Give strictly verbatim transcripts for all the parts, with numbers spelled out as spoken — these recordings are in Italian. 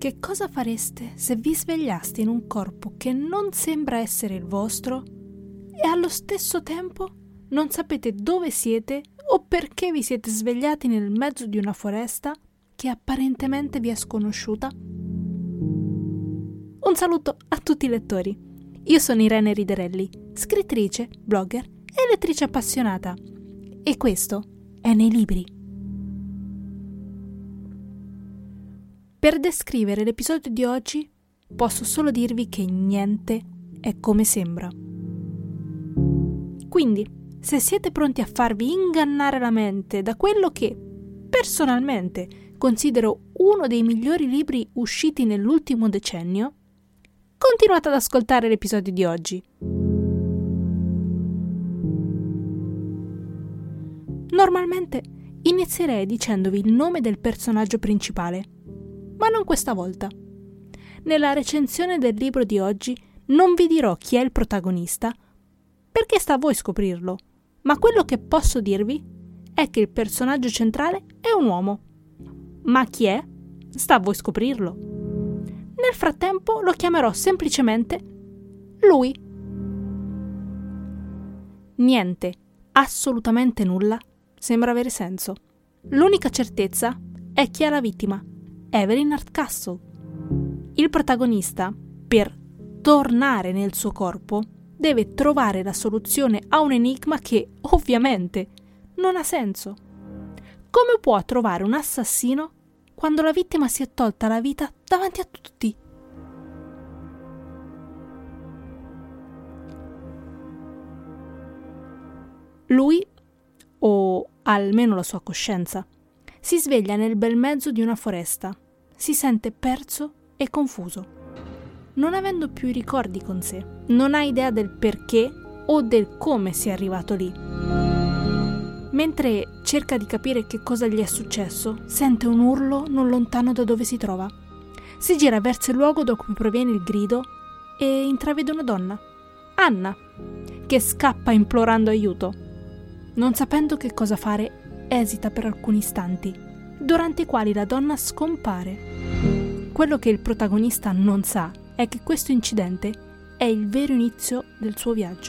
Che cosa fareste se vi svegliaste in un corpo che non sembra essere il vostro e allo stesso tempo non sapete dove siete o perché vi siete svegliati nel mezzo di una foresta che apparentemente vi è sconosciuta? Un saluto a tutti i lettori. Io sono Irene Riderelli, scrittrice, blogger e lettrice appassionata. E questo è Nei Libri. Per descrivere l'episodio di oggi posso solo dirvi che niente è come sembra. Quindi, se siete pronti a farvi ingannare la mente da quello che, personalmente, considero uno dei migliori libri usciti nell'ultimo decennio, continuate ad ascoltare l'episodio di oggi. Normalmente inizierei dicendovi il nome del personaggio principale, ma non questa volta. Nella recensione del libro di oggi non vi dirò chi è il protagonista, perché sta a voi scoprirlo, ma quello che posso dirvi è che il personaggio centrale è un uomo. Ma chi è? Sta a voi scoprirlo. Nel frattempo lo chiamerò semplicemente lui. Niente, assolutamente nulla, sembra avere senso. L'unica certezza è chi è la vittima, Evelyn Hardcastle. Il protagonista, per tornare nel suo corpo, deve trovare la soluzione a un enigma che, ovviamente, non ha senso. Come può trovare un assassino quando la vittima si è tolta la vita davanti a tutti? Lui, o almeno la sua coscienza, si sveglia nel bel mezzo di una foresta, si sente perso e confuso. Non avendo più i ricordi con sé, non ha idea del perché o del come sia arrivato lì. Mentre cerca di capire che cosa gli è successo, sente un urlo non lontano da dove si trova. Si gira verso il luogo da cui proviene il grido e intravede una donna, Anna, che scappa implorando aiuto. Non sapendo che cosa fare, esita per alcuni istanti, durante i quali la donna scompare. Quello che il protagonista non sa è che questo incidente è il vero inizio del suo viaggio.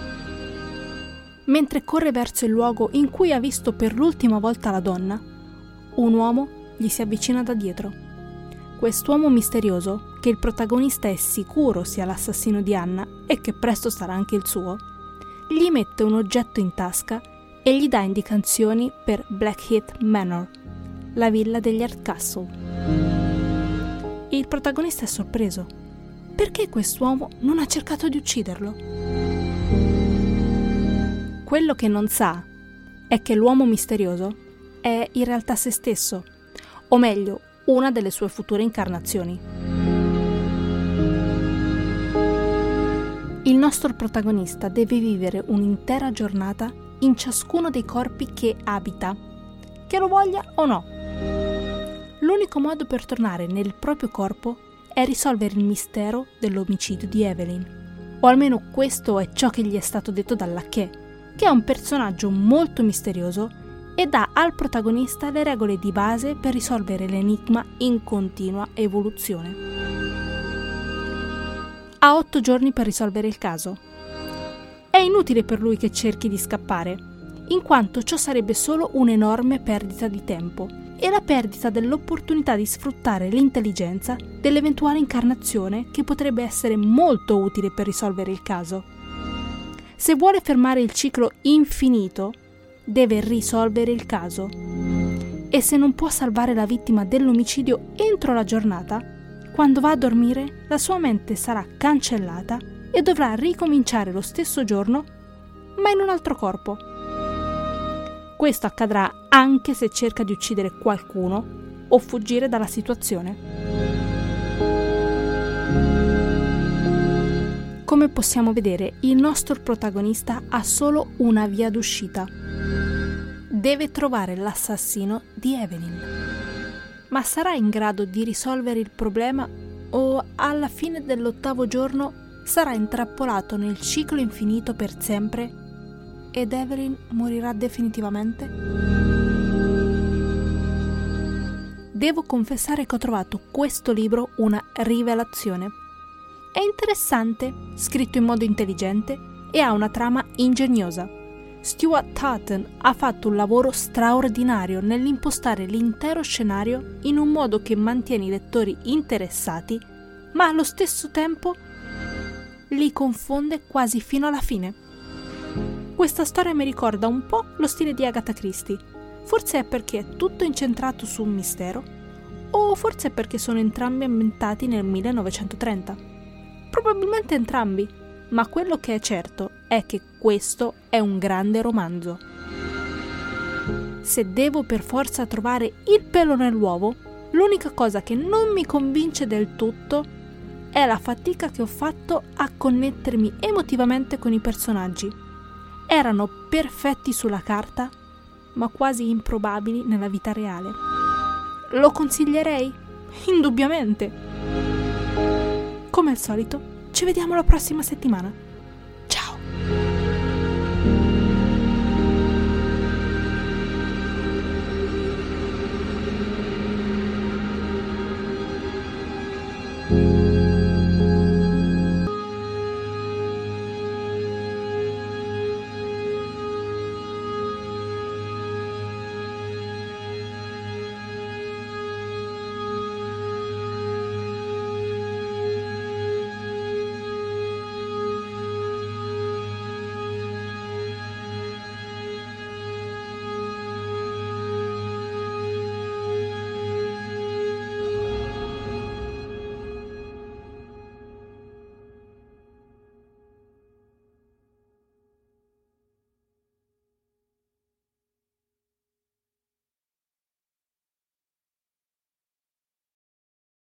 Mentre corre verso il luogo in cui ha visto per l'ultima volta la donna, un uomo gli si avvicina da dietro. Quest'uomo misterioso, che il protagonista è sicuro sia l'assassino di Anna e che presto sarà anche il suo, gli mette un oggetto in tasca e gli dà indicazioni per Blackheath Manor, la villa degli Hardcastle. Il protagonista è sorpreso. Perché quest'uomo non ha cercato di ucciderlo? Quello che non sa è che l'uomo misterioso è in realtà se stesso, o meglio, una delle sue future incarnazioni. Il nostro protagonista deve vivere un'intera giornata in ciascuno dei corpi che abita, che lo voglia o no. L'unico modo per tornare nel proprio corpo è risolvere il mistero dell'omicidio di Evelyn, o almeno questo è ciò che gli è stato detto dalla Che, che è un personaggio molto misterioso e dà al protagonista le regole di base per risolvere l'enigma in continua evoluzione. Ha otto giorni per risolvere il caso. È inutile per lui che cerchi di scappare, in quanto ciò sarebbe solo un'enorme perdita di tempo e la perdita dell'opportunità di sfruttare l'intelligenza dell'eventuale incarnazione che potrebbe essere molto utile per risolvere il caso. Se vuole fermare il ciclo infinito, deve risolvere il caso. E se non può salvare la vittima dell'omicidio entro la giornata, quando va a dormire la sua mente sarà cancellata e dovrà ricominciare lo stesso giorno, ma in un altro corpo. Questo accadrà anche se cerca di uccidere qualcuno o fuggire dalla situazione. Come possiamo vedere, il nostro protagonista ha solo una via d'uscita. Deve trovare l'assassino di Evelyn. Ma sarà in grado di risolvere il problema o alla fine dell'ottavo giorno sarà intrappolato nel ciclo infinito per sempre ed Evelyn morirà definitivamente? devo confessare che ho trovato questo libro una rivelazione. È interessante, scritto in modo intelligente e ha una trama ingegnosa. Stuart Tartan ha fatto un lavoro straordinario nell'impostare l'intero scenario in un modo che mantiene i lettori interessati, ma allo stesso tempo li confonde quasi fino alla fine. Questa storia mi ricorda un po' lo stile di Agatha Christie. Forse è perché è tutto incentrato su un mistero, o forse è perché sono entrambi ambientati nel millenovecentotrenta. Probabilmente entrambi, ma quello che è certo è che questo è un grande romanzo. Se devo per forza trovare il pelo nell'uovo, l'unica cosa che non mi convince del tutto è la fatica che ho fatto a connettermi emotivamente con i personaggi. Erano perfetti sulla carta, ma quasi improbabili nella vita reale. Lo consiglierei? Indubbiamente. Come al solito, ci vediamo la prossima settimana.